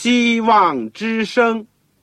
希望之声。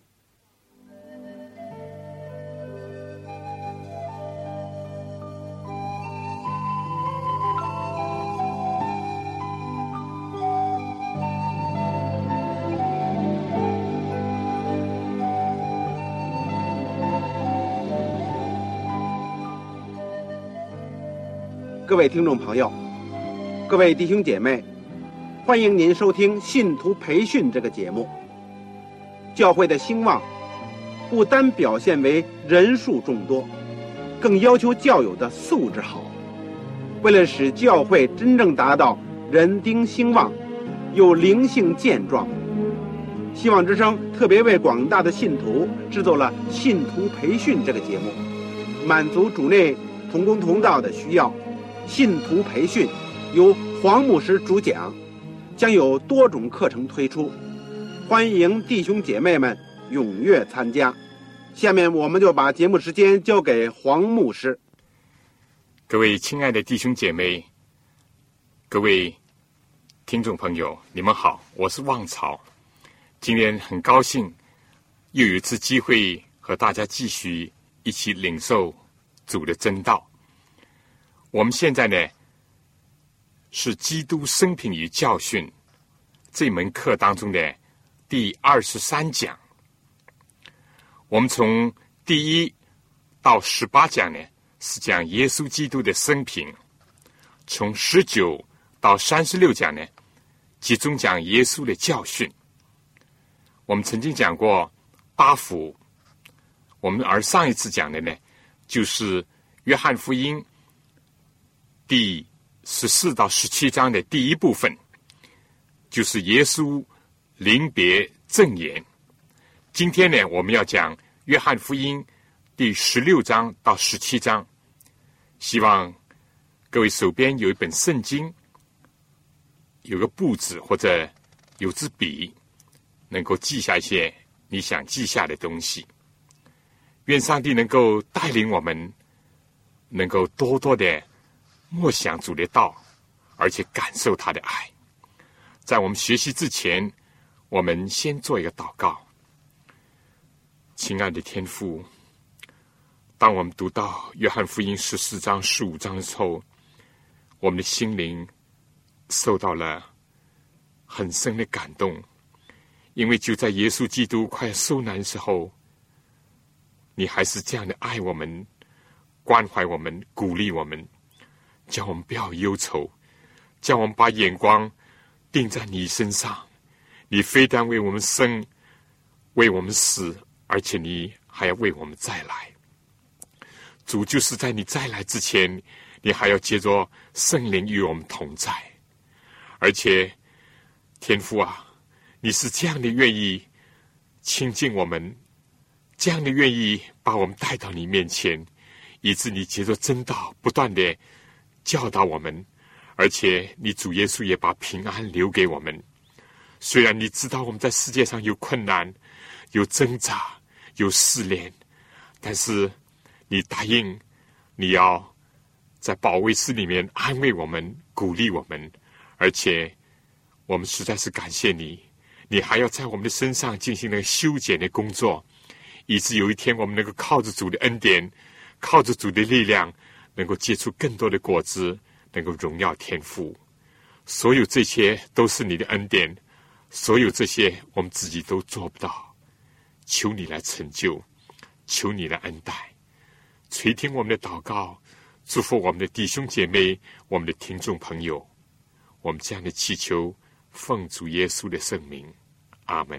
各位听众朋友，各位弟兄姐妹，欢迎您收听信徒培训这个节目。教会的兴旺不单表现为人数众多，更要求教友的素质好。为了使教会真正达到人丁兴旺又灵性健壮，希望之声特别为广大的信徒制作了信徒培训这个节目，满足主内同工同道的需要。信徒培训由黄牧师主讲，将有多种课程推出，欢迎弟兄姐妹们踊跃参加。下面我们就把节目时间交给黄牧师。 各位亲爱的弟兄姐妹，各位听众朋友，你们好，我是旺草。今天很高兴又有一次机会和大家继续一起领受主的真道。我们现在呢是基督生平与教训这门课当中的第23讲。我们从第1到18讲呢是讲耶稣基督的生平，从19到36讲呢集中讲耶稣的教训。我们曾经讲过8福，而上一次讲的呢就是约翰福音第14到17章的第一部分，就是耶稣临别赠言。今天呢我们要讲约翰福音第16章到17章。希望各位手边有一本圣经，有个簿子或者有支笔，能够记下一些你想记下的东西。愿上帝能够带领我们，能够多多的默想主的道，而且感受他的爱。在我们学习之前，我们先做一个祷告。亲爱的天父，当我们读到约翰福音14章15章的时候，我们的心灵受到了很深的感动，因为就在耶稣基督快要受难的时候，你还是这样的爱我们，关怀我们，鼓励我们，叫我们不要忧愁，叫我们把眼光定在你身上。你非但为我们生，为我们死，而且你还要为我们再来。主就是在你再来之前，你还要借着圣灵与我们同在。而且天父啊，你是这样的愿意亲近我们，这样的愿意把我们带到你面前，以致你借着真道不断的教导我们，而且你主耶稣也把平安留给我们。虽然你知道我们在世界上有困难，有挣扎，有试炼，但是你答应你要在保惠师里面安慰我们，鼓励我们，而且我们实在是感谢你，你还要在我们的身上进行那个修剪的工作，以致有一天我们能够靠着主的恩典，靠着主的力量，能够结出更多的果子，能够荣耀天父。所有这些都是你的恩典，所有这些我们自己都做不到，求你来成就，求你来恩待，垂听我们的祷告，祝福我们的弟兄姐妹，我们的听众朋友。我们这样的祈求，奉主耶稣的圣名，阿们。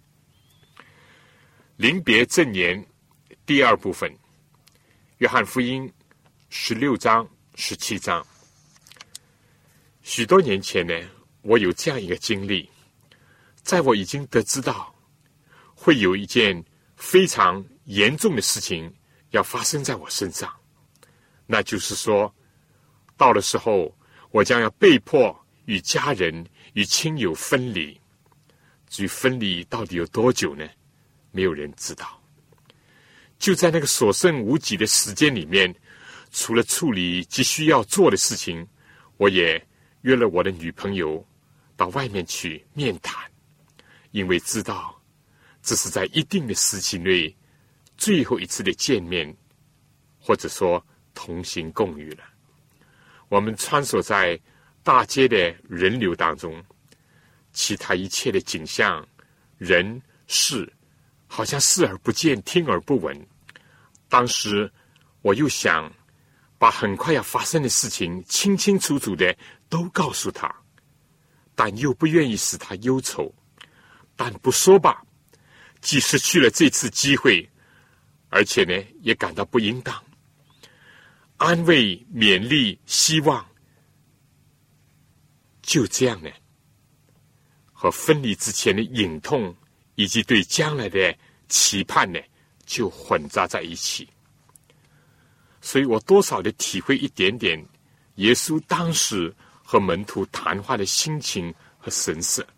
临别赠言第2部分，约翰福音16章17章。许多年前呢，我有这样一个经历，在我已经得知到会有一件非常严重的事情要发生在我身上，那就是说，到了时候我将要被迫与家人与亲友分离。至于分离到底有多久呢？没有人知道。就在那个所剩无几的时间里面，除了处理急需要做的事情，我也约了我的女朋友到外面去面谈， 因为知道这是在一定的时期内最后一次的见面，或者说同行共语了。我们穿梭在大街的人流当中，其他一切的景象、人事，好像视而不见，听而不闻。当时我又想把很快要发生的事情清清楚楚的都告诉他，但又不愿意使他忧愁。但不说吧，既失去了这次机会，而且呢，也感到不应当。安慰、勉励、希望，就这样呢，和分离之前的隐痛以及对将来的期盼呢，就混杂在一起。所以我多少的体会一点点耶稣当时和门徒谈话的心情和神色。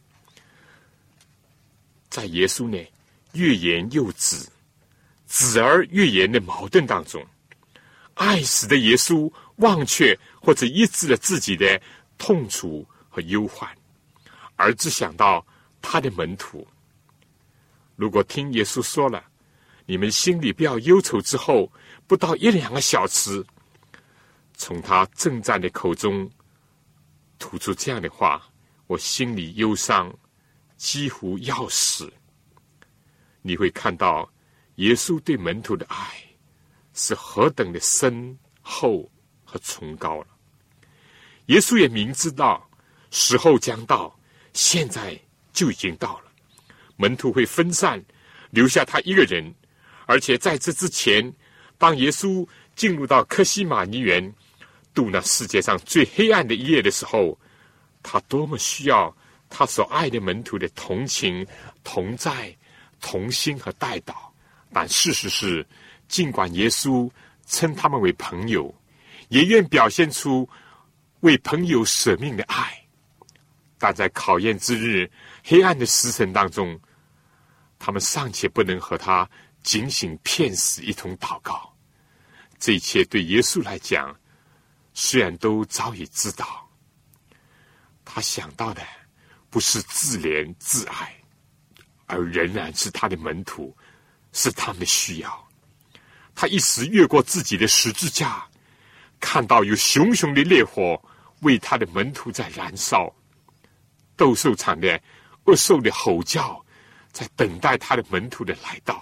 在耶稣呢越言又止，止而越言的矛盾当中，爱死的耶稣忘却或者抑制了自己的痛楚和忧患，而只想到他的门徒。如果听耶稣说了，你们心里不要忧愁之后，不到1-2个小时，从他征战的口中吐出这样的话，我心里忧伤，几乎要死。你会看到耶稣对门徒的爱是何等的深厚和崇高了。耶稣也明知道时候将到，现在就已经到了，门徒会分散，留下他一个人。而且在这之前，当耶稣进入到客西马尼园，度那世界上最黑暗的一夜的时候，他多么需要他所爱的门徒的同情、同在、同心和代祷。但事实是，尽管耶稣称他们为朋友，也愿表现出为朋友舍命的爱，但在考验之日、黑暗的时辰当中，他们尚且不能和他警醒骗死一同祷告。这一切对耶稣来讲，虽然都早已知道，他想到的不是自怜自爱，而仍然是他的门徒，是他们的需要。他一时越过自己的十字架，看到有熊熊的烈火为他的门徒在燃烧，斗兽场的恶兽的吼叫在等待他的门徒的来到。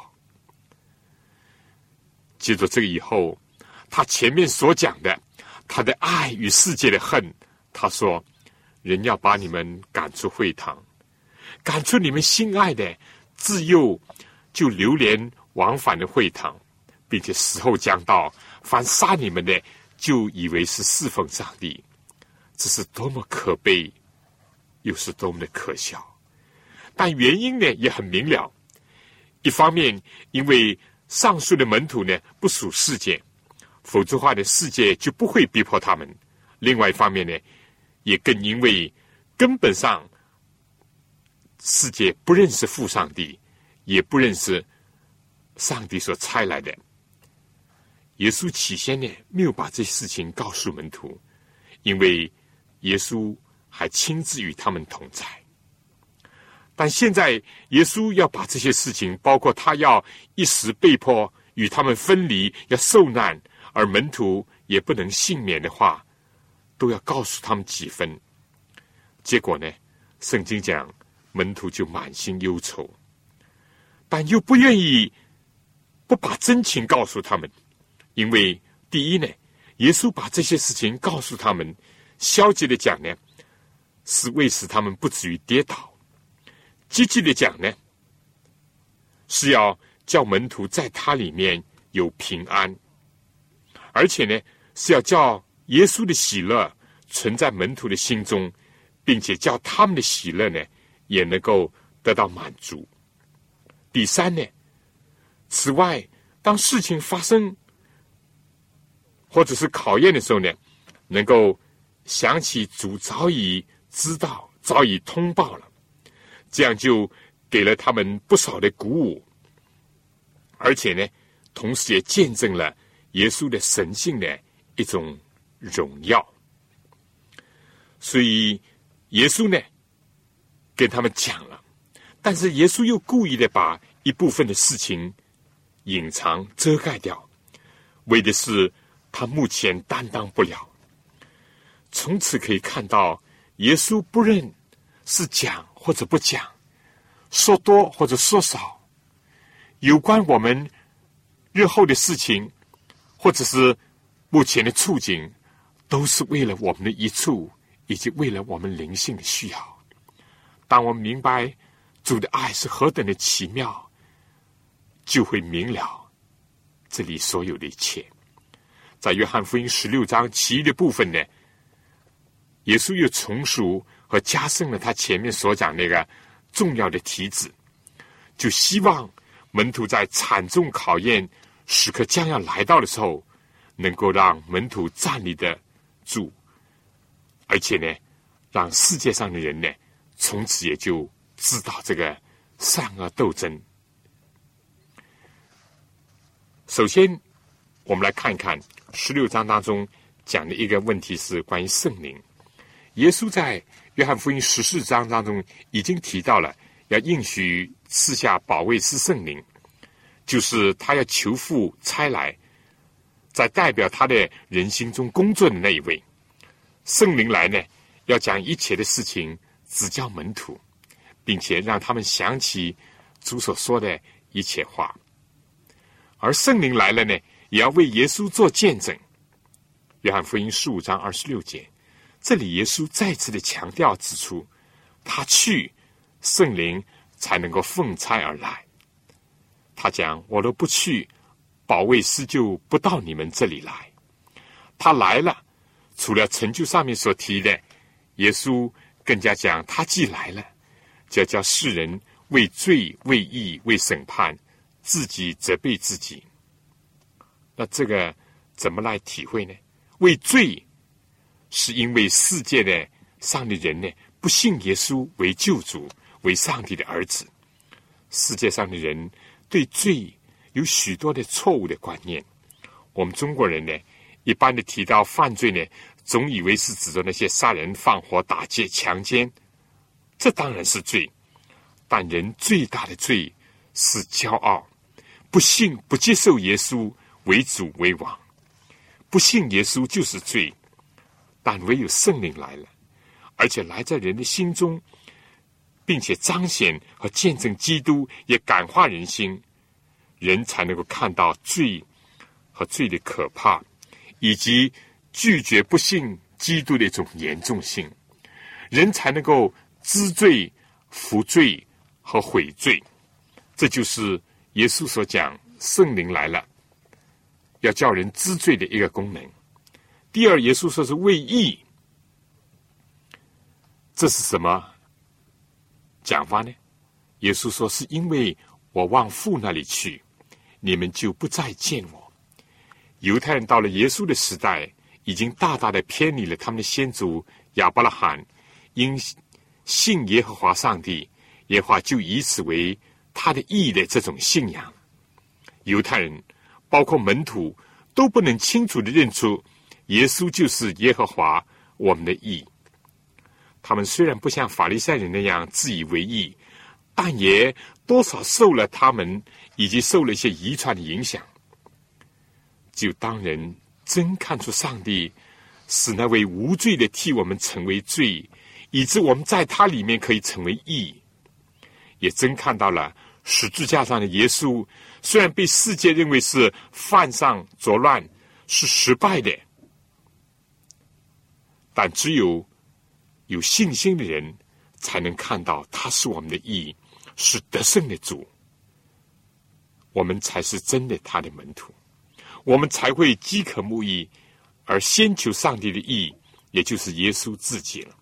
接着这个以后，他前面所讲的他的爱与世界的恨，他说，人要把你们赶出会堂，赶出你们心爱的，自幼就流连往返的会堂，并且时候将到，凡杀你们的就以为是侍奉上帝。这是多么可悲，又是多么的可笑。但原因呢也很明了，一方面因为上述的门徒呢不属世界，否则的话呢世界就不会逼迫他们；另外一方面呢，也更因为根本上世界不认识父上帝，也不认识上帝所差来的。耶稣起先呢没有把这些事情告诉门徒，因为耶稣还亲自与他们同在。但现在耶稣要把这些事情，包括他要一时被迫与他们分离，要受难，而门徒也不能幸免的话，都要告诉他们几分。结果呢，圣经讲门徒就满心忧愁，但又不愿意不把真情告诉他们。因为第一呢，耶稣把这些事情告诉他们，消极的讲呢，是为使他们不至于跌倒；积极的讲呢，是要叫门徒在他里面有平安，而且呢，是要叫耶稣的喜乐存在门徒的心中，并且叫他们的喜乐呢，也能够得到满足。第三呢，此外，当事情发生或者是考验的时候呢，能够想起主早已知道，早已通报了，这样就给了他们不少的鼓舞，而且呢，同时也见证了耶稣的神性的一种荣耀。所以耶稣呢跟他们讲了， 但是耶稣又故意的把一部分的事情隐藏遮盖掉，为的是他目前担当不了。从此可以看到，耶稣不论是讲或者不讲，说多或者说少，有关我们日后的事情，或者是目前的处境，都是为了我们的益处，以及为了我们灵性的需要。当我们明白主的爱是何等的奇妙，就会明了这里所有的一切。在约翰福音16章其余的部分呢，耶稣又重述和加深了他前面所讲那个重要的题旨，就希望门徒在惨重考验时刻将要来到的时候，能够让门徒站立得住，而且呢，让世界上的人呢，从此也就知道这个善恶斗争。首先，我们来看一看16章当中讲的一个问题是关于圣灵。耶稣在约翰福音14章当中已经提到了，要应许赐下保惠师圣灵，就是他要求父差来，在代表他的人心中工作的那一位。圣灵来呢，要将一切的事情指教门徒，并且让他们想起主所说的一切话。而圣灵来了呢，也要为耶稣做见证。约翰福音15章26节，这里耶稣再次的强调指出，他去，圣灵才能够奉差而来。他讲，我若不去，保惠师就不到你们这里来。他来了，除了成就上面所提的，耶稣更加讲，他既来了，就要叫世人为罪、为义、为审判，自己责备自己。那这个怎么来体会呢？为罪，是因为世界的上的人呢，不信耶稣为救主，为上帝的儿子。世界上的人对罪有许多的错误的观念。我们中国人呢，一般的提到犯罪呢，总以为是指着那些杀人放火、打劫、强奸，这当然是罪。但人最大的罪是骄傲，不信、不接受耶稣为主为王。不信耶稣就是罪。但唯有圣灵来了，而且来在人的心中，并且彰显和见证基督，也感化人心，人才能够看到罪和罪的可怕，以及拒绝不信基督的一种严重性，人才能够知罪、服罪和悔罪。这就是耶稣所讲圣灵来了，要叫人知罪的一个功能。第二，耶稣说是为义，这是什么讲法呢？耶稣说，是因为我往父那里去，你们就不再见我。犹太人到了耶稣的时代，已经大大的偏离了他们的先祖亚伯拉罕因信耶和华上帝，耶和华就以此为他的义的这种信仰。犹太人包括门徒都不能清楚地认出耶稣就是耶和华我们的义。他们虽然不像法利赛人那样自以为义，但也多少受了他们以及受了一些遗传的影响。只有当人真看出上帝使那位无罪的替我们成为罪，以致我们在他里面可以成为义，也真看到了十字架上的耶稣虽然被世界认为是犯上作乱，是失败的，但只有信心的人才能看到他是我们的义，是得胜的主，我们才是真的他的门徒，我们才会饥渴慕义，而先求上帝的义，也就是耶稣自己了。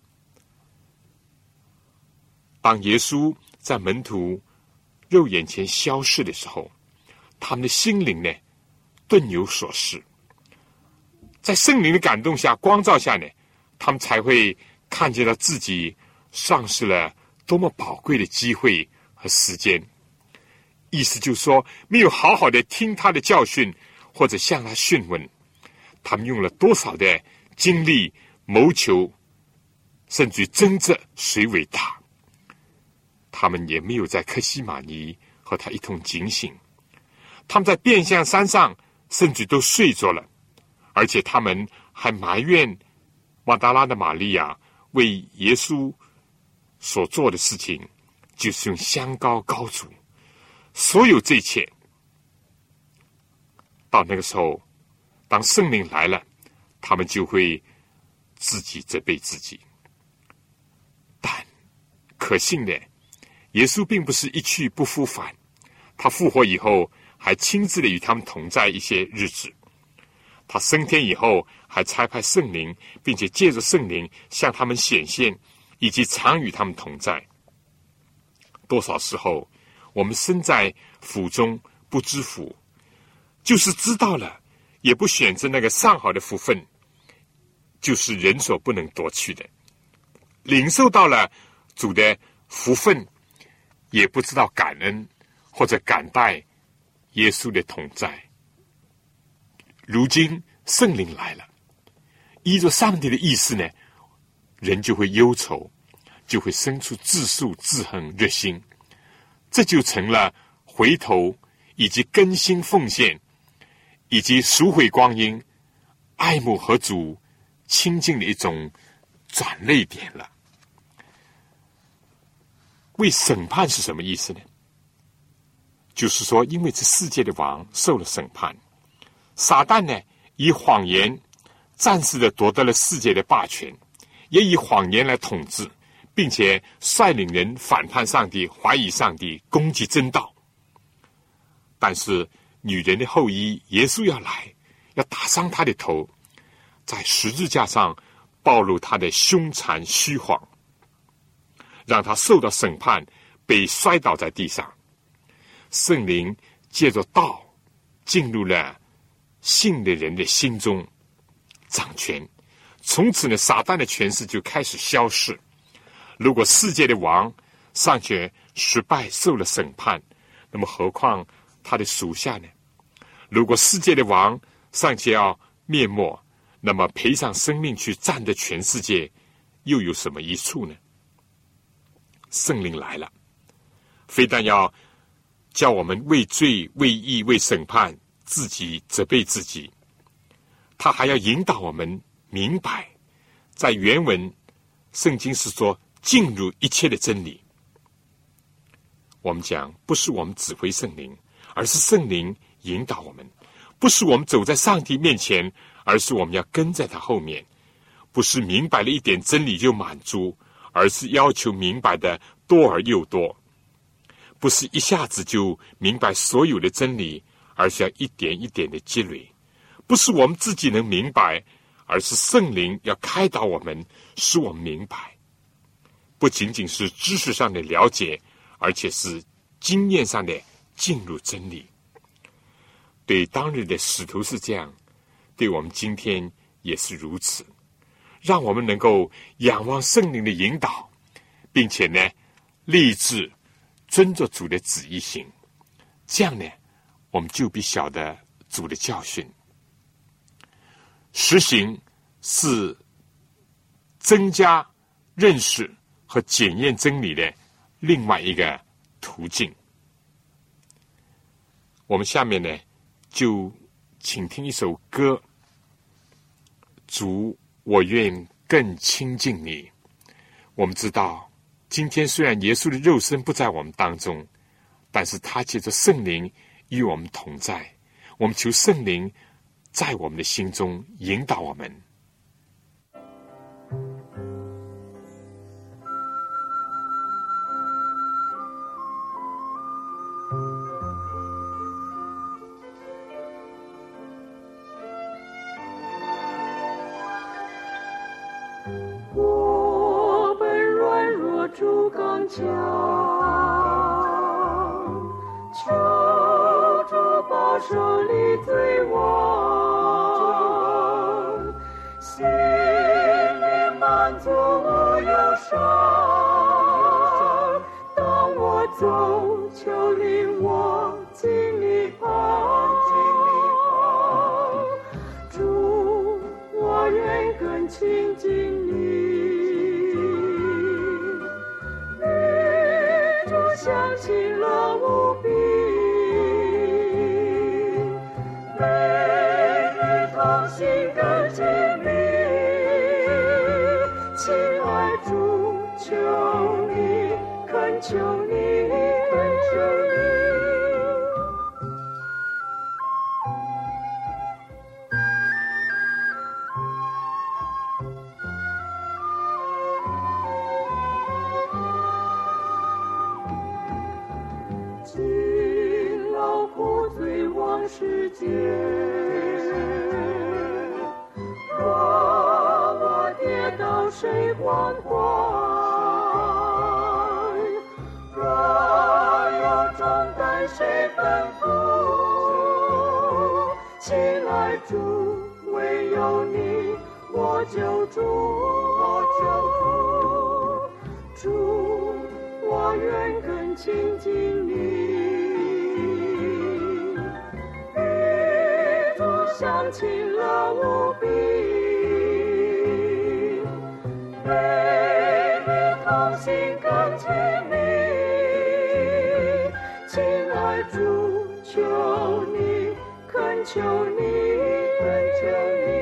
当耶稣在门徒肉眼前消逝的时候，他们的心灵呢顿有所失，在圣灵的感动下、光照下呢，他们才会看见到自己丧失了多么宝贵的机会和时间。意思就是说，没有好好的听他的教训，或者向他询问，他们用了多少的精力谋求，甚至于争执谁伟大。 他们也没有在客西马尼和他一同警醒，他们在变相山上甚至都睡着了，而且他们还埋怨马达拉的玛利亚为耶稣所做的事情，就是用香膏膏主。所有这一切，到那个时候，当圣灵来了，他们就会自己责备自己。但可信的，耶稣并不是一去不复返，他复活以后还亲自的与他们同在一些日子。他升天以后还差派圣灵，并且借着圣灵向他们显现，以及常与他们同在。多少时候我们身在福中不知福，就是知道了也不选择那个上好的福分，就是人所不能夺去的。领受到了主的福分，也不知道感恩或者感戴耶稣的同在。如今圣灵来了，依着上帝的意思呢，人就会忧愁，就会生出自诉、自恨、热心，这就成了回头以及更新奉献，以及赎回光阴、爱慕和主亲近的一种转捩点了。为审判是什么意思呢？就是说，因为这世界的王受了审判，撒旦呢以谎言暂时的夺得了世界的霸权，也以谎言来统治，并且率领人反叛上帝、怀疑上帝、攻击真道。但是女人的后裔耶稣要来，要打伤他的头，在十字架上暴露他的凶残虚谎，让他受到审判，被摔倒在地上。圣灵借着道进入了信的人的心中，掌权。从此呢，撒旦的权势就开始消逝。如果世界的王尚且失败，受了审判，那么何况他的属下呢？如果世界的王尚且要灭没，那么赔上生命去占得全世界，又有什么益处呢？圣灵来了，非但要叫我们为罪、为义、为审判自己责备自己，他还要引导我们明白，在原文圣经是说进入一切的真理。我们讲不是我们指挥圣灵，而是圣灵引导我们；不是我们走在上帝面前，而是我们要跟在他后面；不是明白了一点真理就满足，而是要求明白的多而又多；不是一下子就明白所有的真理，而是要一点一点的积累；不是我们自己能明白，而是圣灵要开导我们，使我们明白。不仅仅是知识上的了解，而且是经验上的进入真理。对当日的使徒是这样，对我们今天也是如此。让我们能够仰望圣灵的引导，并且呢，立志遵着主的旨意行。这样呢，我们就必晓得主的教训。实行是增加认识和检验真理的另外一个途径。我们下面呢，就请听一首歌，主，我愿更亲近你。我们知道，今天虽然耶稣的肉身不在我们当中，但是他借着圣灵与我们同在。我们求圣灵在我们的心中引导我们。 主刚强，求主保守你罪亡，心灵满足我忧伤。当我走，求领我进你旁，主，我愿更亲近你。 喜乐无比，每日同心更亲密，亲爱主，求你，恳求你，恳求你。勤劳苦醉往世间，若我跌倒谁还还？若有重担谁吩咐？亲爱主，唯有你，我救主，我救主，主，我愿更亲近你。相亲乐无比，每日同心更亲密，亲爱主，求你，恳求你，恳求你。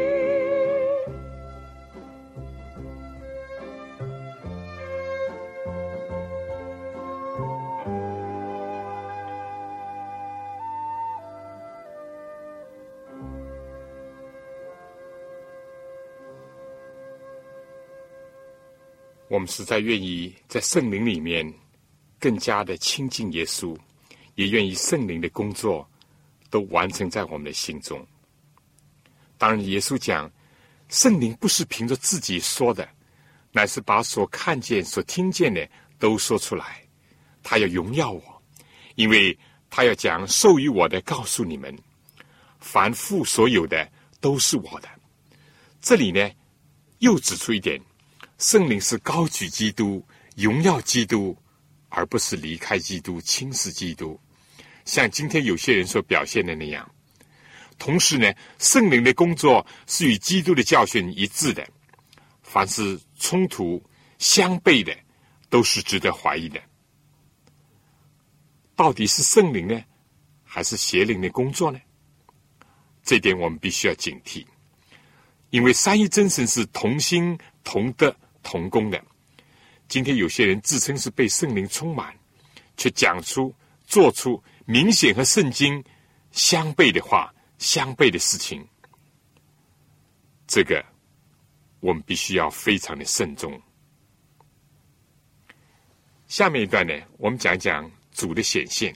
我们实在愿意在圣灵里面更加的亲近耶稣，也愿意圣灵的工作都完成在我们的心中。当然耶稣讲，圣灵不是凭着自己说的，乃是把所看见所听见的都说出来，他要荣耀我，因为他要讲授予我的告诉你们，凡父所有的都是我的。这里呢又指出一点，圣灵是高举基督、荣耀基督，而不是离开基督、轻视基督，像今天有些人所表现的那样。同时呢，圣灵的工作是与基督的教训一致的，凡是冲突相悖的，都是值得怀疑的。到底是圣灵呢，还是邪灵的工作呢？这点我们必须要警惕，因为三一真神是同心同德同工的。今天有些人自称是被圣灵充满，却讲出做出明显和圣经相悖的话、相悖的事情，这个我们必须要非常的慎重。下面一段呢，我们讲一讲主的显现。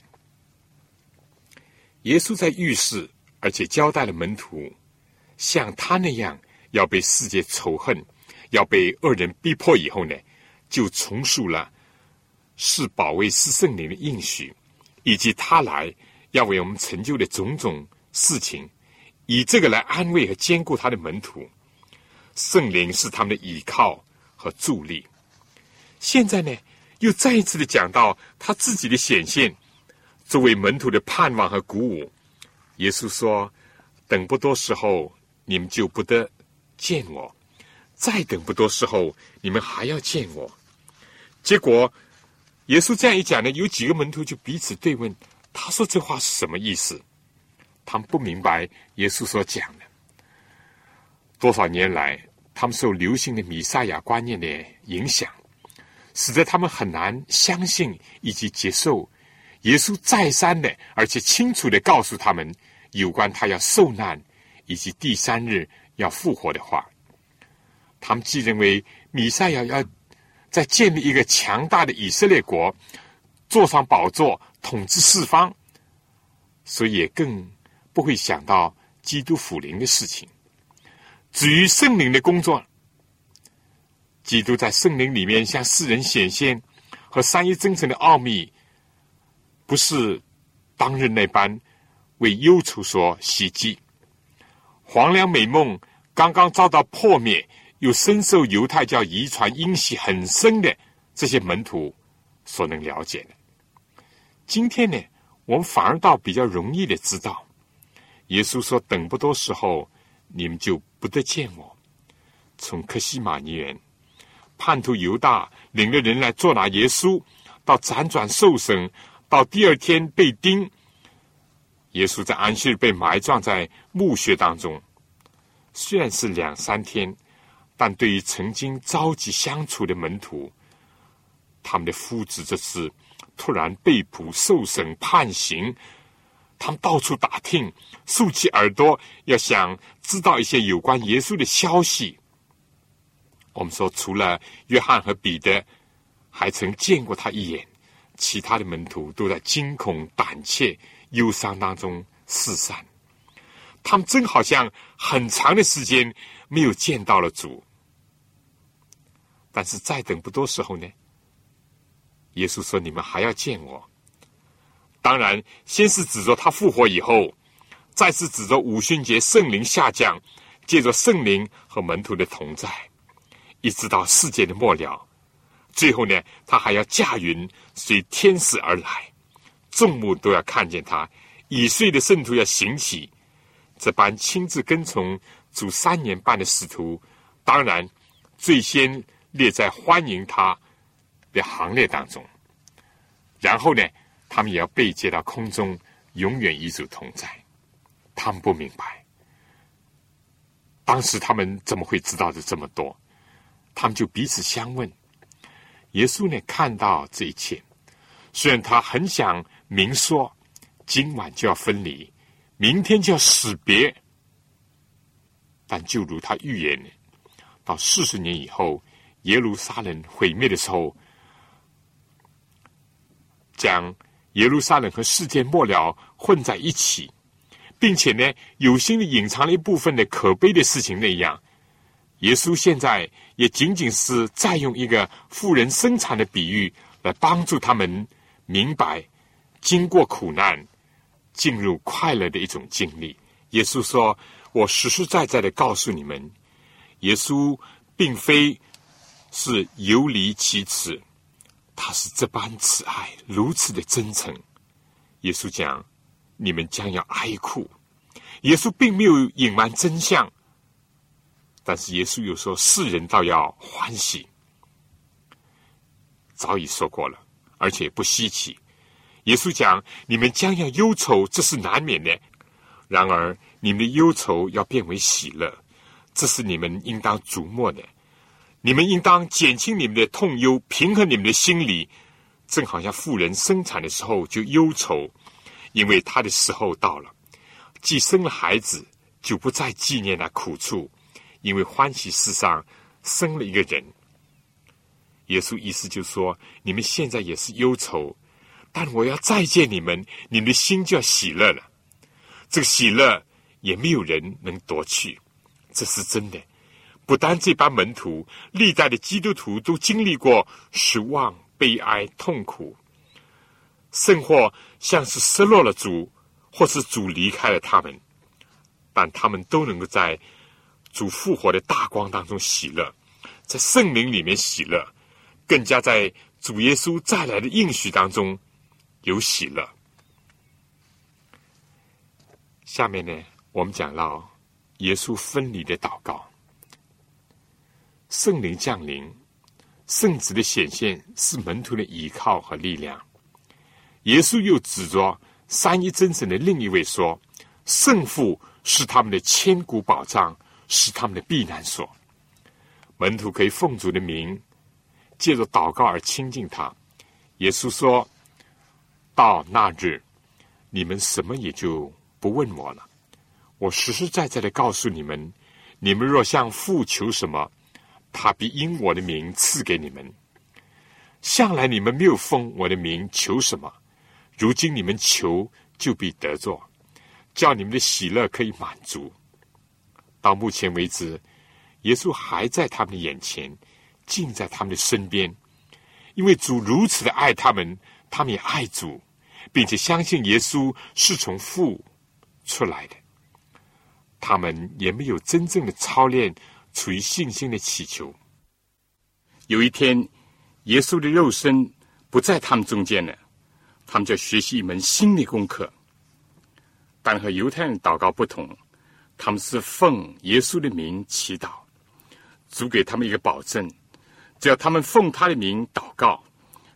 耶稣在预示，而且交代了门徒，像他那样要被世界仇恨，要被恶人逼迫以后呢，就重述了是保卫是圣灵的应许，以及他来要为我们成就的种种事情，以这个来安慰和坚固他的门徒。圣灵是他们的依靠和助力。现在呢，又再一次的讲到他自己的显现，作为门徒的盼望和鼓舞。耶稣说，等不多时候，你们就不得见我，再等不多时候，你们还要见我。结果耶稣这样一讲呢，有几个门徒就彼此对问，他说这话是什么意思？他们不明白耶稣所讲的。多少年来，他们受流行的弥赛亚观念的影响，使得他们很难相信以及接受耶稣再三的而且清楚的告诉他们有关他要受难以及第三日要复活的话。他们既认为弥赛亚要再建立一个强大的以色列国，坐上宝座统治四方，所以也更不会想到基督复临的事情。至于圣灵的工作，基督在圣灵里面向世人显现和三一真神的奥秘，不是当日那般为忧愁所袭击。黄粱美梦刚刚遭到破灭，又深受犹太教遗传因袭很深的这些门徒所能了解的。今天呢，我们反而倒比较容易的知道，耶稣说等不多时候，你们就不得见我。从客西马尼园，叛徒犹大领了人来捉拿耶稣， 到辗转受审，到第二天被钉，耶稣在安息日被埋葬在墓穴当中。虽然是2-3天，但对于曾经朝夕相处的门徒，他们的夫子这次突然被捕受审判刑，他们到处打听，竖起耳朵，要想知道一些有关耶稣的消息。我们说，除了约翰和彼得还曾见过他一眼，其他的门徒都在惊恐、胆怯、忧伤当中四散。他们真好像很长的时间没有见到了主。但是再等不多时候呢，耶稣说：“你们还要见我。”当然，先是指着他复活以后，再是指着五旬节圣灵下降，借着圣灵和门徒的同在，一直到世界的末了。最后呢，他还要驾云随天使而来，众目都要看见他。已睡的圣徒要醒起，这般亲自跟从主3年半的使徒，当然最先列在欢迎他的行列当中。然后呢，他们也要被接到空中，永远与主同在。他们不明白，当时他们怎么会知道的这么多？他们就彼此相问。耶稣呢，看到这一切，虽然他很想明说，今晚就要分离，明天就要死别，但就如他预言的，到40年以后，耶路撒冷毁灭的时候，将耶路撒冷和世界末了混在一起，并且呢，有心的隐藏了一部分的可悲的事情那样，耶稣现在也仅仅是再用一个妇人生产的比喻来帮助他们明白经过苦难进入快乐的一种经历。耶稣说：“我实实在在的告诉你们，耶稣并非是游离其词，他是这般慈爱，如此的真诚。”耶稣讲：“你们将要哀哭。”耶稣并没有隐瞒真相，但是耶稣又说：“世人倒要欢喜。”早已说过了，而且不稀奇。耶稣讲：“你们将要忧愁，这是难免的。然而你们的忧愁要变为喜乐，这是你们应当瞩目的。你们应当减轻你们的痛忧，平衡你们的心理，正好像妇人生产的时候就忧愁，因为她的时候到了，既生了孩子，就不再纪念那苦处，因为欢喜世上生了一个人。”耶稣意思就是说，你们现在也是忧愁，但我要再见你们，你们的心就要喜乐了。这个喜乐也没有人能夺去，这是真的。不单这班门徒，历代的基督徒都经历过失望、悲哀、痛苦，甚或像是失落了主，或是主离开了他们，但他们都能够在主复活的大光当中喜乐，在圣灵里面喜乐，更加在主耶稣再来的应许当中有喜乐。下面呢，我们讲到耶稣分离的祷告。圣灵降临，圣子的显现是门徒的依靠和力量。耶稣又指着三一真神的另一位说：“圣父是他们的千古保障，是他们的避难所。”门徒可以奉主的名，借着祷告而亲近他。耶稣说：“到那日，你们什么也就不问我了。我实实在在的告诉你们，你们若向父求什么，他必因我的名赐给你们。向来你们没有奉我的名求什么，如今你们求就必得着，叫你们的喜乐可以满足。”到目前为止，耶稣还在他们的眼前，近在他们的身边，因为主如此的爱他们，他们也爱主，并且相信耶稣是从父出来的。他们也没有真正的操练处于信心的祈求。有一天，耶稣的肉身不在他们中间了，他们就学习一门新的功课。但和犹太人祷告不同，他们是奉耶稣的名祈祷。主给他们一个保证，只要他们奉他的名祷告，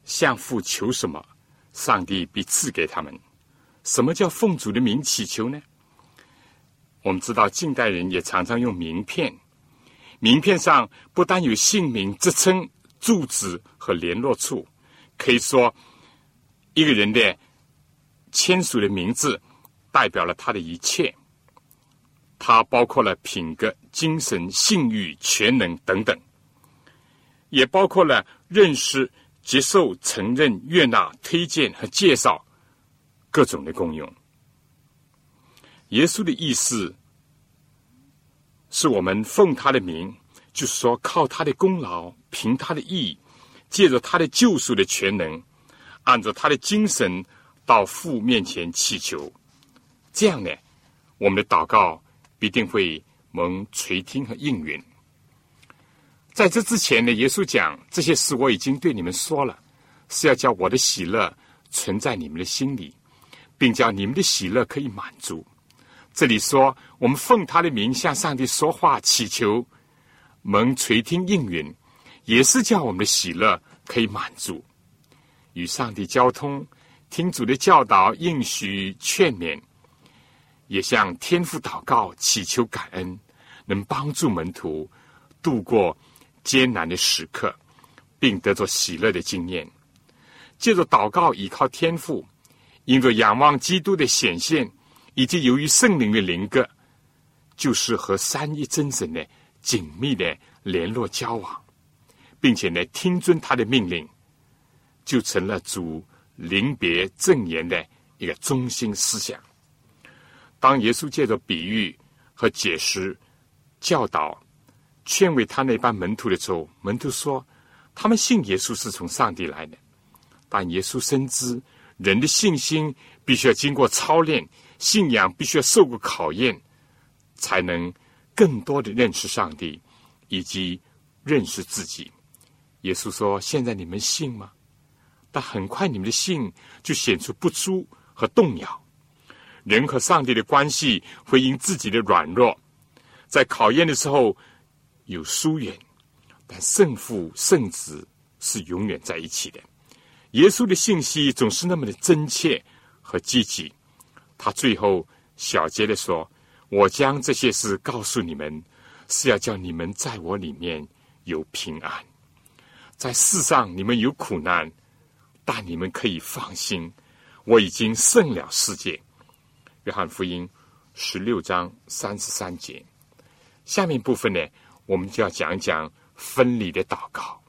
向父求什么，上帝必赐给他们。什么叫奉主的名祈求呢？我们知道近代人也常常用名片，名片上不但有姓名、职称、住址和联络处，可以说一个人的签署的名字代表了他的一切，它包括了品格、精神、信誉、全能等等，也包括了认识、接受、承认、悦纳、推荐和介绍各种的功用。耶稣的意思是我们奉他的名，就是说靠他的功劳，凭他的义，借着他的救赎的全能，按照他的精神到父面前祈求。这样呢，我们的祷告必定会蒙垂听和应允。在这之前呢，耶稣讲这些事我已经对你们说了，是要叫我的喜乐存在你们的心里，并叫你们的喜乐可以满足。这里说我们奉他的名向上帝说话祈求，蒙垂听应允，也是叫我们的喜乐可以满足。与上帝交通，听主的教导、应许、劝勉，也向天父祷告祈求感恩，能帮助门徒度过艰难的时刻，并得着喜乐的经验。借着祷告依靠天父，因着仰望基督的显现，以及由于圣灵的灵格，就是和三一真神的紧密的联络交往，并且呢听遵他的命令，就成了主临别赠言的一个中心思想。当耶稣借着比喻和解释、教导、劝慰他那班门徒的时候，门徒说他们信耶稣是从上帝来的，但耶稣深知人的信心必须要经过操练，信仰必须要受过考验，才能更多的认识上帝以及认识自己。耶稣说，现在你们信吗？但很快你们的信就显出不足和动摇。人和上帝的关系会因自己的软弱，在考验的时候有疏远，但圣父圣子是永远在一起的。耶稣的信息总是那么的真切和积极。他最后小节的说，我将这些事告诉你们，是要叫你们在我里面有平安。在世上你们有苦难，但你们可以放心，我已经胜了世界。约翰福音16章33节。下面部分呢，我们就要讲一讲分离的祷告。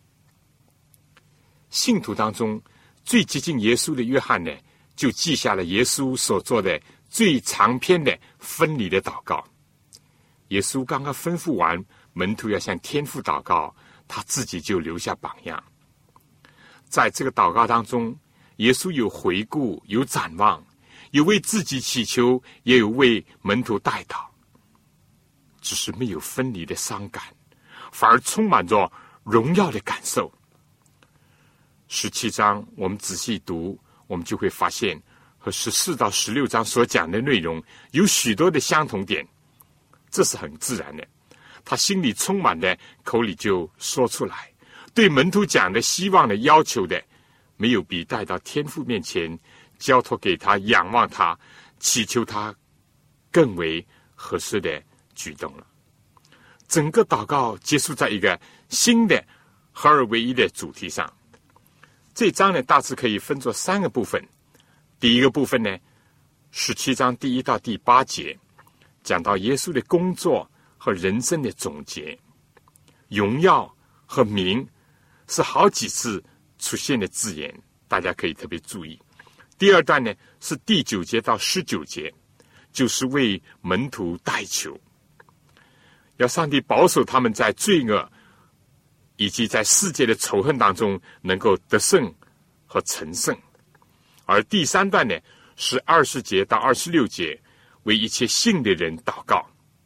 信徒当中最接近耶稣的约翰呢，就记下了耶稣所做的最长篇的分离的祷告。耶稣刚刚吩咐完门徒要向天父祷告，他自己就留下榜样。在这个祷告当中，耶稣有回顾，有展望，有为自己祈求，也有为门徒代祷，只是没有分离的伤感，反而充满着荣耀的感受。17章我们仔细读，我们就会发现和14到16章所讲的内容有许多的相同点，这是很自然的。他心里充满的，口里就说出来。对门徒讲的希望的要求的，没有比带到天父面前交托给他，仰望他，祈求他更为合适的举动了。整个祷告结束在一个新的合而为一的主题上。这章呢，大致可以分作3个部分。第一个部分呢，17章第1到第8节，讲到耶稣的工作和人生的总结。荣耀和名是好几次出现的字眼，大家可以特别注意。第二段呢，是第9节到19节，就是为门徒代求，要上帝保守他们在罪恶以及在世界的仇恨当中能够得胜和成圣。而第3段呢，是20节到26节，为一切信的人祷告。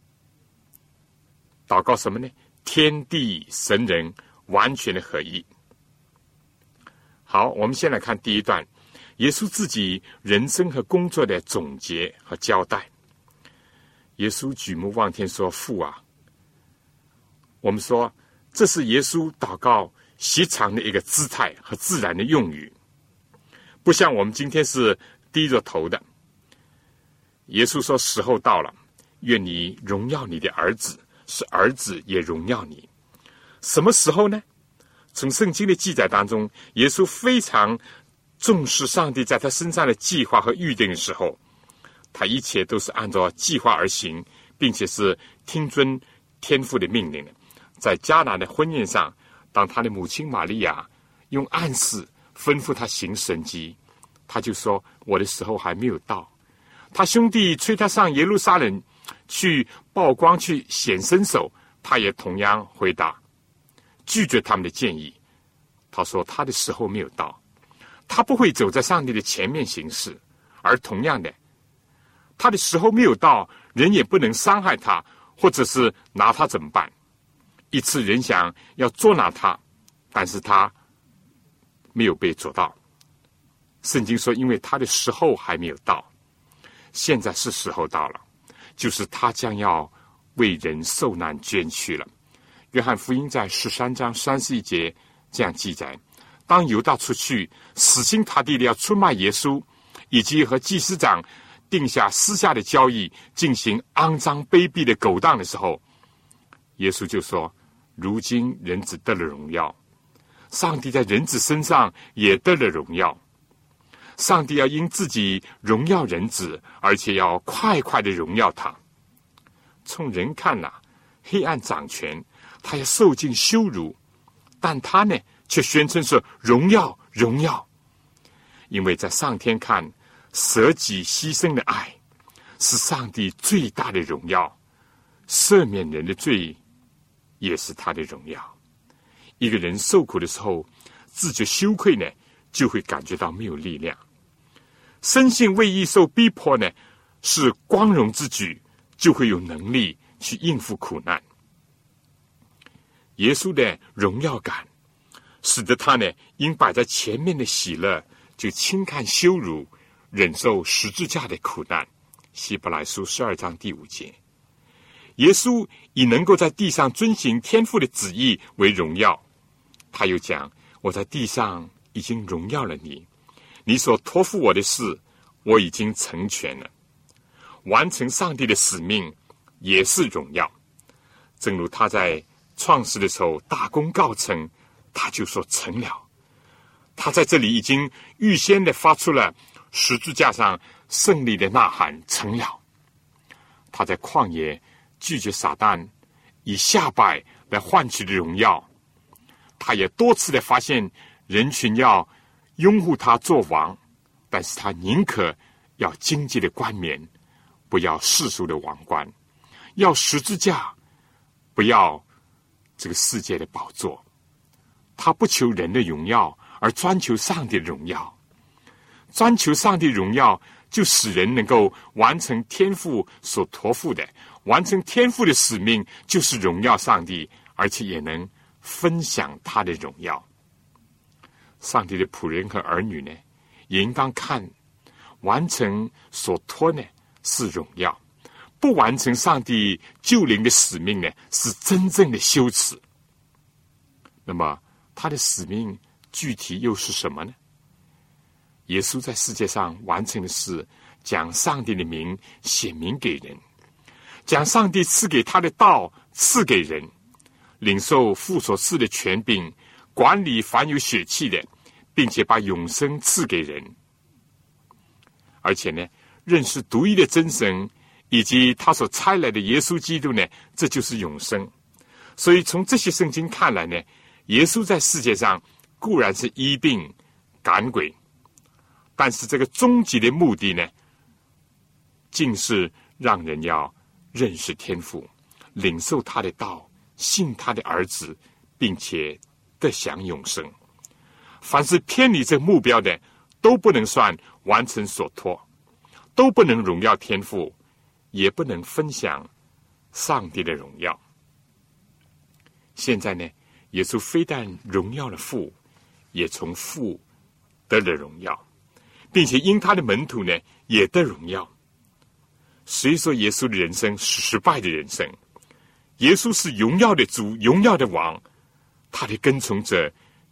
祷告什么呢？天地神人完全的合一。好，我们先来看第1段，耶稣自己人生和工作的总结和交代。耶稣举目望天说，父啊，我们说这是耶稣祷告习常的一个姿态和自然的用语，不像我们今天是低着头的。耶稣说时候到了，愿你荣耀你的儿子，使儿子也荣耀你。什么时候呢？从圣经的记载当中，耶稣非常重视上帝在他身上的计划和预定的时候，他一切都是按照计划而行，并且是听遵天父的命令的。在迦拿的婚宴上，当他的母亲玛利亚用暗示吩咐他行神迹，他就说我的时候还没有到。他兄弟催他上耶路撒冷去曝光去显身手，他也同样回答拒绝他们的建议。他说他的时候没有到，他不会走在上帝的前面行事。而同样的，他的时候没有到，人也不能伤害他，或者是拿他怎么办。一次人想要捉拿他，但是他没有被捉到。圣经说因为他的时候还没有到，现在是时候到了，就是他将要为人受难捐躯了。约翰福音在13章31节这样记载，当犹大出去死心塌地的要出卖耶稣，以及和祭司长定下私下的交易，进行肮脏卑鄙的勾当的时候，耶稣就说如今人子得了荣耀，上帝在人子身上也得了荣耀。上帝要因自己荣耀人子，而且要快快的荣耀他。从人看黑暗掌权，他要受尽羞辱，但他呢却宣称说荣耀荣耀。因为在上天看，舍己牺牲的爱是上帝最大的荣耀，赦免人的罪也是他的荣耀。一个人受苦的时候，自觉羞愧呢，就会感觉到没有力量。深信为义受逼迫呢，是光荣之举，就会有能力去应付苦难。耶稣的荣耀感，使得他呢，因摆在前面的喜乐，就轻看羞辱，忍受十字架的苦难。希伯来书12章第5节。耶稣以能够在地上遵行天父的旨意为荣耀。他又讲，我在地上已经荣耀了你，你所托付我的事我已经成全了。完成上帝的使命也是荣耀。正如他在创世的时候大功告成，他就说成了。他在这里已经预先的发出了十字架上胜利的呐喊，成了。他在旷野拒绝撒旦，以下拜来换取的荣耀。他也多次的发现人群要拥护他做王，但是他宁可要经济的冠冕，不要世俗的王冠，要十字架，不要这个世界的宝座。他不求人的荣耀，而专求上帝的荣耀。专求上帝的荣耀，就使人能够完成天父所托付的，完成天父的使命，就是荣耀上帝，而且也能分享他的荣耀。上帝的仆人和儿女呢，也应当看完成所托呢是荣耀，不完成上帝救灵的使命呢是真正的羞耻。那么他的使命具体又是什么呢？耶稣在世界上完成的是将上帝的名显明给人，将上帝赐给他的道赐给人，领受父所赐的权柄，管理凡有血气的，并且把永生赐给人。而且呢，认识独一的真神以及他所差来的耶稣基督呢，这就是永生。所以从这些圣经看来呢，耶稣在世界上固然是医病赶鬼，但是这个终极的目的呢，竟是让人要认识天父，领受他的道，信他的儿子，并且得享永生。凡是偏离这目标的，都不能算完成所托，都不能荣耀天父，也不能分享上帝的荣耀。现在呢，耶稣非但荣耀了父，也从父得了荣耀，并且因他的门徒呢也得荣耀。谁说耶稣的人生是失败的人生？耶稣是荣耀的主，荣耀的王，他的跟从者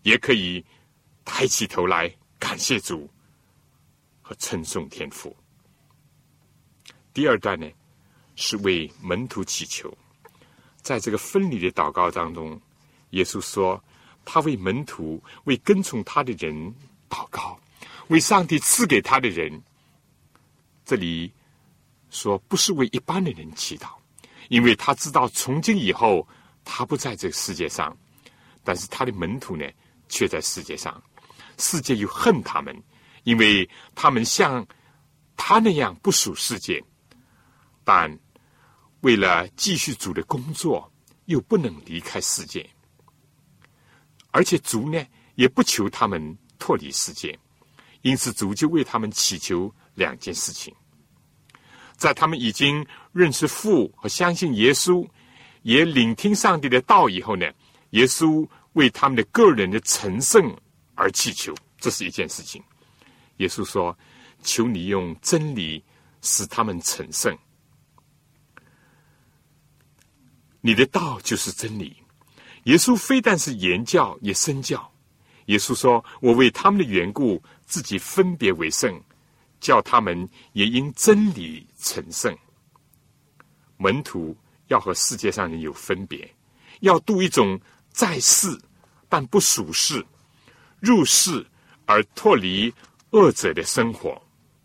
也可以抬起头来感谢主和称颂天父。第二段呢，是为门徒祈求。在这个分离的祷告当中，耶稣说他为门徒、为跟从他的人祷告，为上帝赐给他的人。这里说不是为一般的人祈祷，因为他知道从今以后他不在这个世界上，但是他的门徒呢却在世界上。世界又恨他们，因为他们像他那样不属世界，但为了继续主的工作，又不能离开世界。而且主呢也不求他们脱离世界，因此主就为他们祈求两件事情。在他们已经认识父和相信耶稣，也聆听上帝的道以后呢，耶稣为他们的个人的成圣而祈求，这是一件事情。耶稣说，求你用真理使他们成圣，你的道就是真理。耶稣非但是言教也身教。耶稣说，我为他们的缘故自己分别为圣，叫他们也因真理成圣。门徒要和世界上人有分别，要度一种在世但不属世，入世而脱离恶者的生活。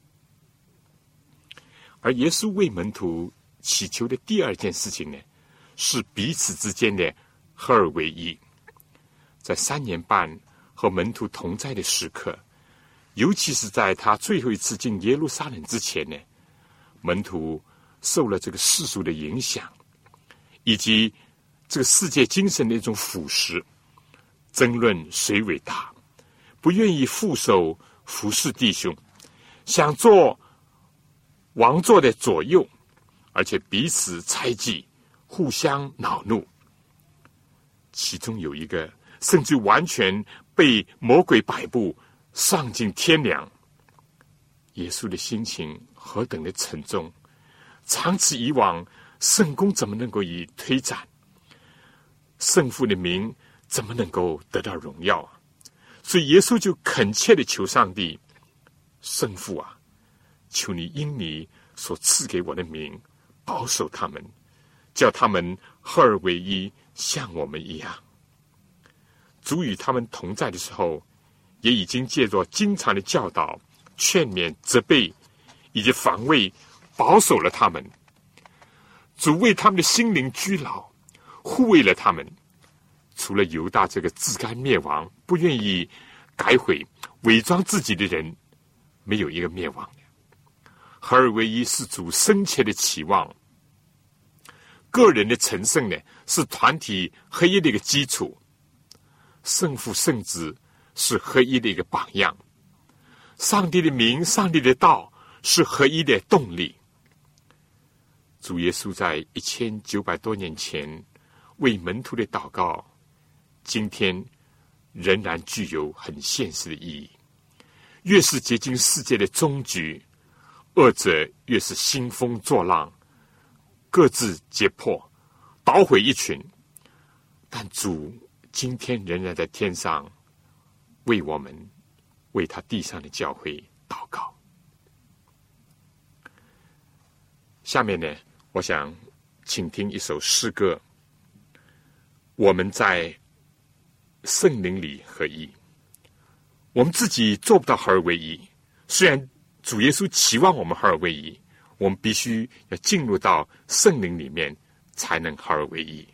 而耶稣为门徒祈求的第二件事情呢，是彼此之间的合而为一。在3年半和门徒同在的时刻，尤其是在他最后一次进耶路撒冷之前呢，门徒受了这个世俗的影响，以及这个世界精神的一种腐蚀，争论谁伟大，不愿意负手服侍弟兄，想做王座的左右，而且彼此猜忌，互相恼怒。其中有一个甚至完全被魔鬼摆布，丧尽天良。耶稣的心情何等的沉重，长此以往，圣工怎么能够以推展？圣父的名怎么能够得到荣耀啊？所以耶稣就恳切地求上帝，圣父啊，求你因你所赐给我的名保守他们，叫他们合而为一，像我们一样。主与他们同在的时候，也已经借着经常的教导、劝勉、责备以及防卫，保守了他们。主为他们的心灵居牢，护卫了他们。除了犹大这个自甘灭亡、不愿意改悔、伪装自己的人，没有一个灭亡的。合而为一是主深切的期望。个人的成圣呢，是团体合一的一个基础。圣父圣子是合一的一个榜样，上帝的名、上帝的道是合一的动力。主耶稣在1900多年前为门徒的祷告，今天仍然具有很现实的意义。越是接近世界的终局，恶者越是兴风作浪，各自揭破，捣毁一群。但主今天仍然在天上为我们，为他地上的教会祷告。下面呢，我想请听一首诗歌，我们在圣灵里合一。我们自己做不到合而为一，虽然主耶稣期望我们合而为一，我们必须要进入到圣灵里面，才能合而为一。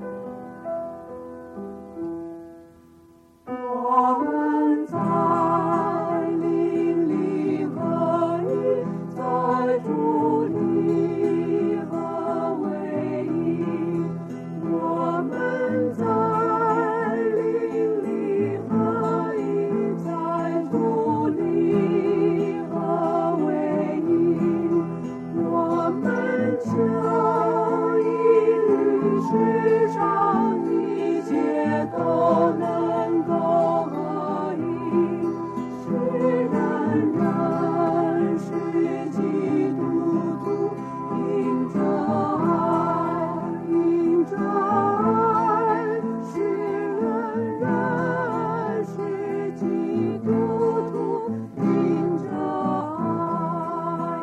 我们在世上一切都能够合一，使人认识基督徒，因着爱，因着爱，使人认识基督徒，因着爱，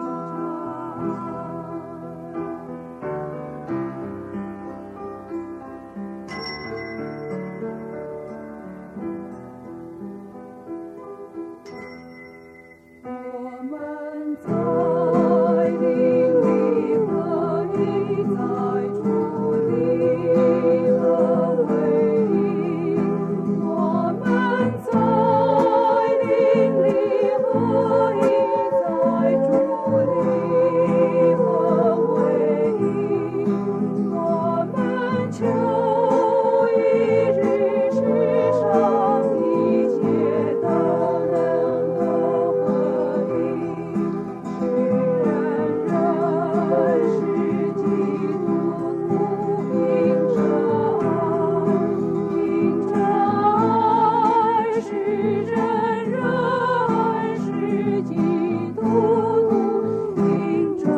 我们在灵里合一，在主里合为一。我们在灵里合一，在主里合为一。我们求一日世上一切都能够合一，使人认识基督徒，因着爱，因着爱，使人认识基督徒，因着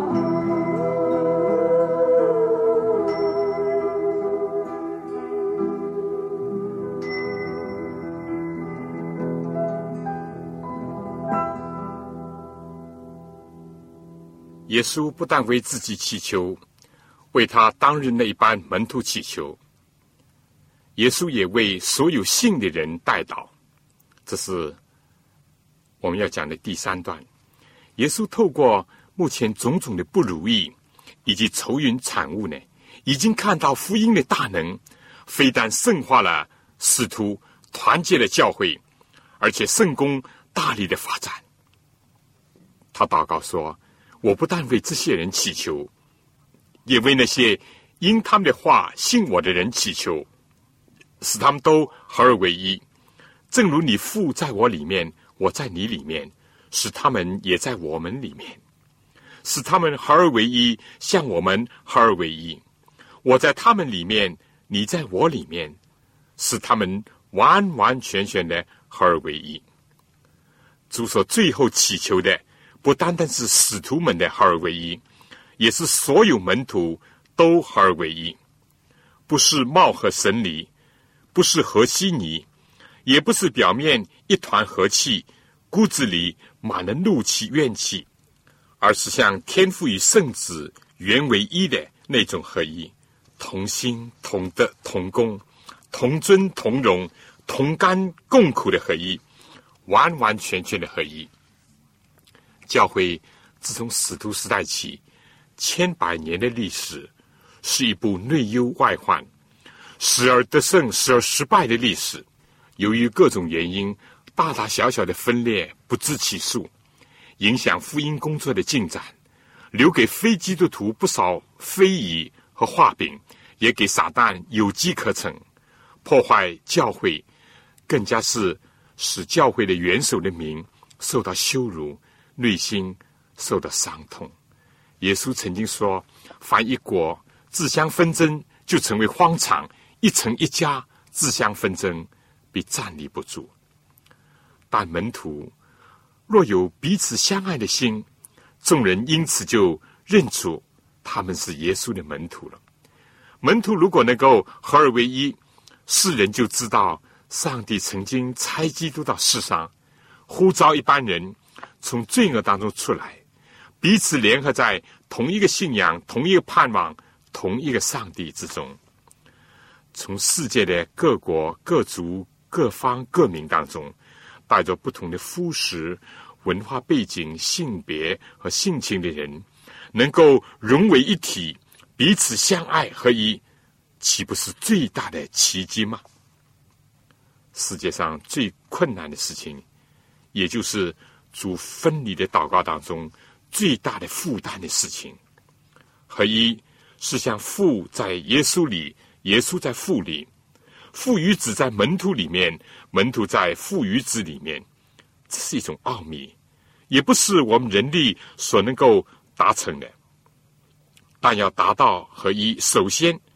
耶稣不但为自己祈求，为他当日那班门徒祈求，耶稣也为所有信的人代祷。这是我们要讲的第三段。耶稣透过目前种种的不如意以及愁云惨雾呢，已经看到福音的大能，非但圣化了使徒，团结了教会，而且圣功大力的发展。他祷告说，我不但为这些人祈求，也为那些因他们的话信我的人祈求，使他们都合而为一，正如你父在我里面，我在你里面，使他们也在我们里面，使他们合而为一，像我们合而为一。我在他们里面，你在我里面，使他们完完全全的合而为一。主所最后祈求的，不单单是使徒们的合而为一，也是所有门徒都合而为一。不是貌合神离，不是和稀泥，也不是表面一团和气，骨子里满了怒气怨气，而是像天父与圣子原为一的那种合一，同心同德同工，同尊同荣，同甘共苦的合一，完完全全的合一。教会自从使徒时代起，100年的历史，是一部内忧外患，时而得胜，时而失败的历史。由于各种原因，大大小小的分裂不知其数，影响福音工作的进展，留给非基督徒不少非议和画饼，也给撒旦有机可乘，破坏教会，更加是使教会的元首的名受到羞辱，内心受到伤痛。耶稣曾经说，凡一国自相纷争，就成为荒场；一城一家自相纷争，必站立不住。但门徒若有彼此相爱的心，众人因此就认出他们是耶稣的门徒了。门徒如果能够合而为一，世人就知道上帝曾经差基督到世上，呼召一般人从罪恶当中出来，彼此联合在同一个信仰、同一个盼望、同一个上帝之中。从世界的各国、各族、各方、各民当中，带着不同的肤识、文化背景、性别和性情的人，能够融为一体，彼此相爱合一，岂不是最大的奇迹吗？世界上最困难的事情，也就是主分离的祷告当中最大的负担的事情。合一是像父在耶稣里，耶稣在父里，父与子在门徒里面，门徒在父与子里面。这是一种奥秘，也不是我们人力所能够达成的。但要达到合一，首先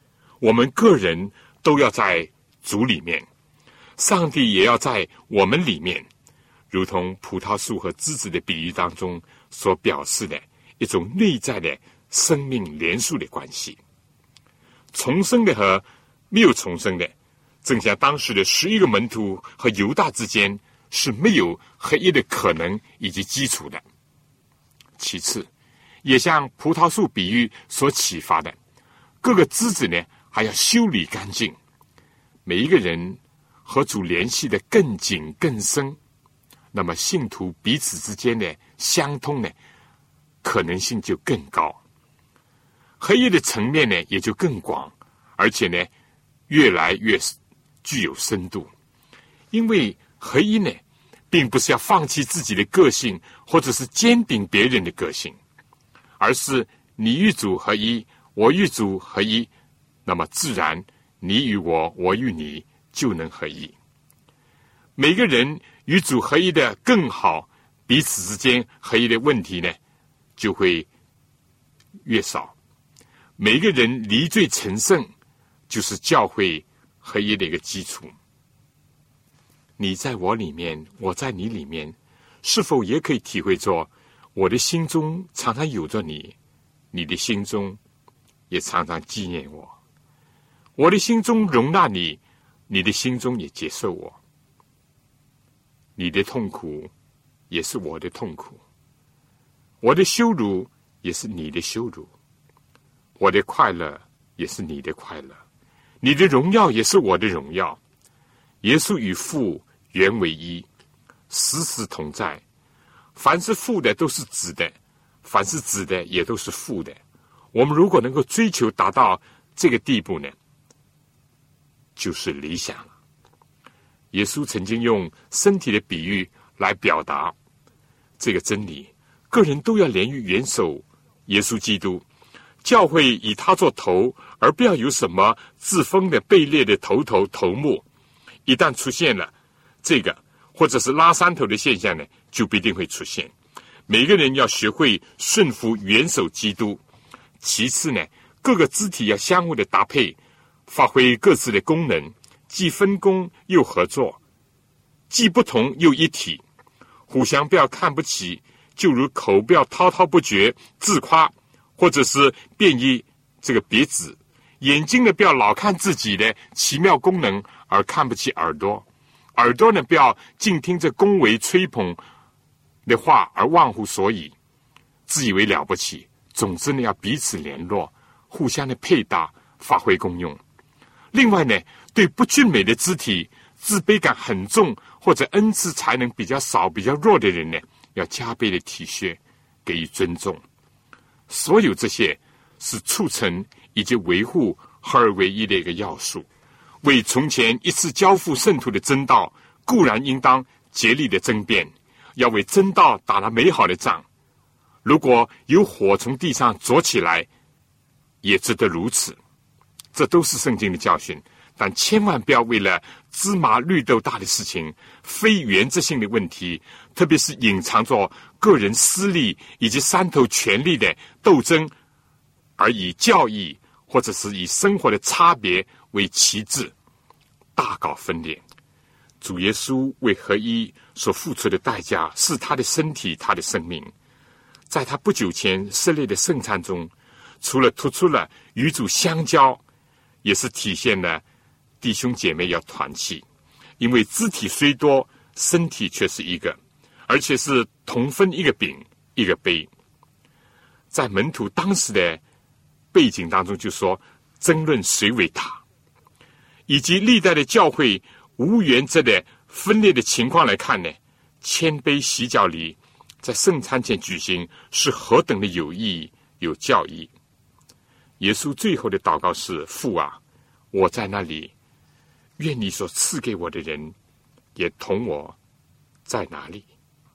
我们个人都要在主里面，上帝也要在我们里面，如同葡萄树和枝子的比喻当中所表示的一种内在的生命连续的关系。重生的和没有重生的，正像当时的11个门徒和犹大之间是没有合一的可能以及基础的。其次，也像葡萄树比喻所启发的，各个枝子呢还要修理干净，每一个人和主联系的更紧更深，那么信徒彼此之间的相通呢可能性就更高，合一的层面呢也就更广，而且呢越来越具有深度。因为合一呢并不是要放弃自己的个性，或者是兼并别人的个性，而是你与主合一，我与主合一，那么自然你与我，我与你就能合一。每个人与主合一的更好，彼此之间合一的问题呢就会越少。每个人离罪成圣，就是教会合一的一个基础。你在我里面，我在你里面，是否也可以体会着我的心中常常有着你，你的心中也常常纪念我，我的心中容纳你，你的心中也接受我，你的痛苦也是我的痛苦，我的羞辱也是你的羞辱，我的快乐也是你的快乐，你的荣耀也是我的荣耀。耶稣与父原为一，时时同在。凡是父的都是子的，凡是子的也都是父的。我们如果能够追求达到这个地步呢，就是理想了。耶稣曾经用身体的比喻来表达这个真理，个人都要连于元首耶稣基督，教会以他做头，而不要有什么自封的卑劣的头目。一旦出现了这个或者是拉山头的现象呢，就必定会出现。每个人要学会顺服元首基督。其次呢，各个肢体要相互的搭配，发挥各自的功能，既分工又合作，既不同又一体，互相不要看不起，就如口不要滔滔不绝自夸，或者是便以这个别指，眼睛呢不要老看自己的奇妙功能而看不起耳朵，耳朵呢不要尽听着恭维吹捧的话而忘乎所以，自以为了不起。总之呢，要彼此联络，互相的配搭，发挥功用。另外呢，对不俊美的肢体、自卑感很重或者恩赐才能比较少、比较弱的人呢，要加倍的体恤，给予尊重。所有这些是促成以及维护合而为一的一个要素。为从前一次交付圣徒的真道，固然应当竭力的争辩，要为真道打了美好的仗。如果有火从地上着起来，也值得如此。这都是圣经的教训，但千万不要为了芝麻绿豆大的事情、非原则性的问题，特别是隐藏着个人私利以及山头权力的斗争，而以教义或者是以生活的差别为旗帜，大搞分裂。主耶稣为合一所付出的代价是他的身体，他的生命。在他不久前设立的圣餐中，除了突出了与主相交，也是体现了弟兄姐妹要团契。因为肢体虽多，身体却是一个，而且是同分一个饼一个杯。在门徒当时的背景当中，就说争论谁为大，以及历代的教会无原则的分裂的情况来看呢，谦卑洗脚礼在圣餐前举行是何等的有意义、有教义。耶稣最后的祷告是：父啊，我在那里，愿你所赐给我的人也同我在哪里。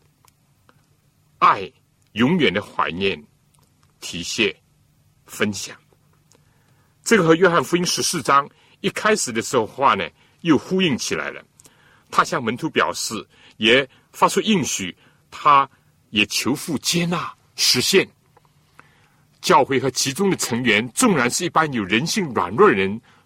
爱永远的怀念、体恤、分享。这个和约翰福音14章一开始的时候话呢又呼应起来了。他向门徒表示，也发出应许，他也求父接纳实现。教会和其中的成员纵然是一般有人性软弱的人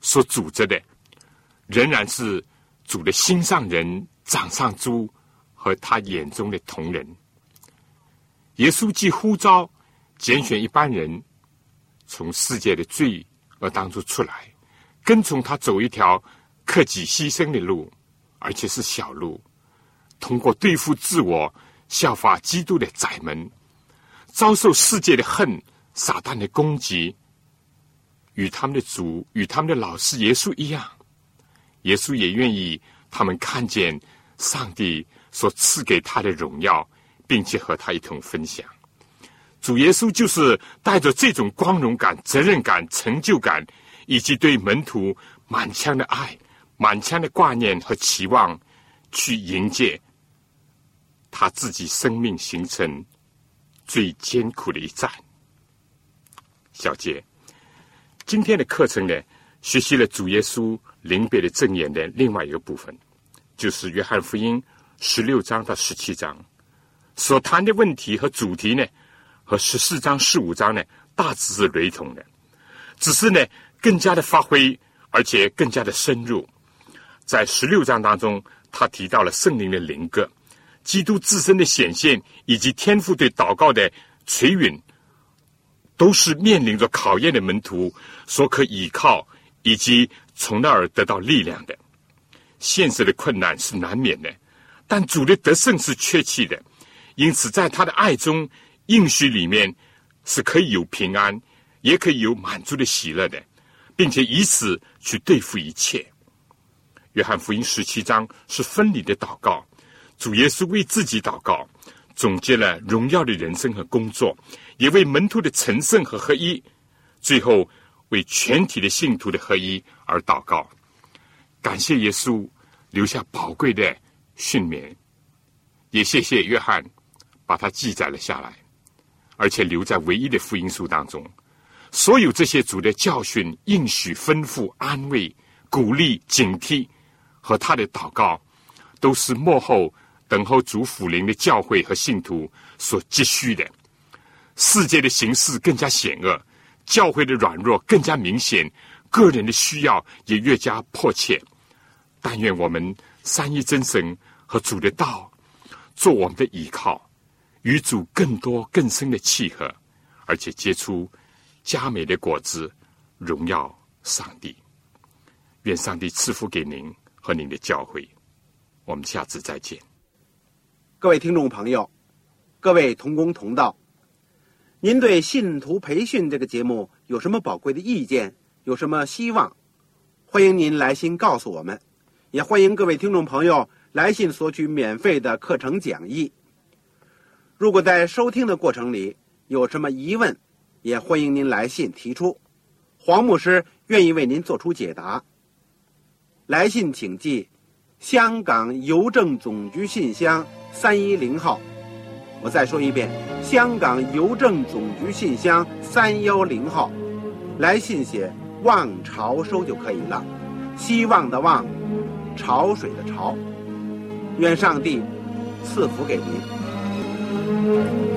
所组织的，仍然是主的心上人、掌上珠和他眼中的同人。耶稣既呼召拣选一般人从世界的罪恶当中出来，跟从他走一条克己牺牲的路，而且是小路，通过对付自我，效法基督的窄门，遭受世界的恨、撒旦的攻击，与他们的主、与他们的老师耶稣一样，耶稣也愿意他们看见上帝所赐给他的荣耀，并且和他一同分享。主耶稣就是带着这种光荣感、责任感、成就感，以及对门徒满腔的爱、满腔的挂念和期望，去迎接他自己生命形成最艰苦的一战。小节，今天的课程呢，学习了主耶稣临别的赠言的另外一个部分，就是约翰福音16章到17章所谈的问题和主题呢，和14章、15章呢，大致是雷同的，只是呢，更加的发挥，而且更加的深入。在16章当中，他提到了圣灵的灵格、基督自身的显现，以及天父对祷告的垂允，都是面临着考验的门徒所可依靠，以及从那儿得到力量的。现实的困难是难免的，但主的得胜是确切的，因此在他的爱中、应许里面是可以有平安，也可以有满足的喜乐的，并且以此去对付一切。约翰福音17章是分离的祷告，主耶稣为自己祷告，总结了荣耀的人生和工作，也为门徒的成圣和合一，最后为全体的信徒的合一而祷告。感谢耶稣留下宝贵的训勉，也谢谢约翰把它记载了下来，而且留在唯一的福音书当中。所有这些主的教训、应许、吩咐、安慰、鼓励、警惕和他的祷告，都是末后等候主复临的教会和信徒所急需的。世界的形势更加险恶，教会的软弱更加明显，个人的需要也越加迫切。但愿我们三一真神和主的道做我们的依靠，与主更多更深的契合，而且结出佳美的果子，荣耀上帝。愿上帝赐福给您和您的教会。我们下次再见。 各位听众朋友，各位同工同道，您对信徒培训这个节目有什么宝贵的意见，有什么希望，欢迎您来信告诉我们，也欢迎各位听众朋友来信索取免费的课程讲义。如果在收听的过程里有什么疑问，也欢迎您来信提出，黄牧师愿意为您做出解答。来信请寄香港邮政总局信箱310号。我再说一遍，香港邮政总局信箱310号。来信写望潮收就可以了，希望的望，潮水的潮。愿上帝赐福给您。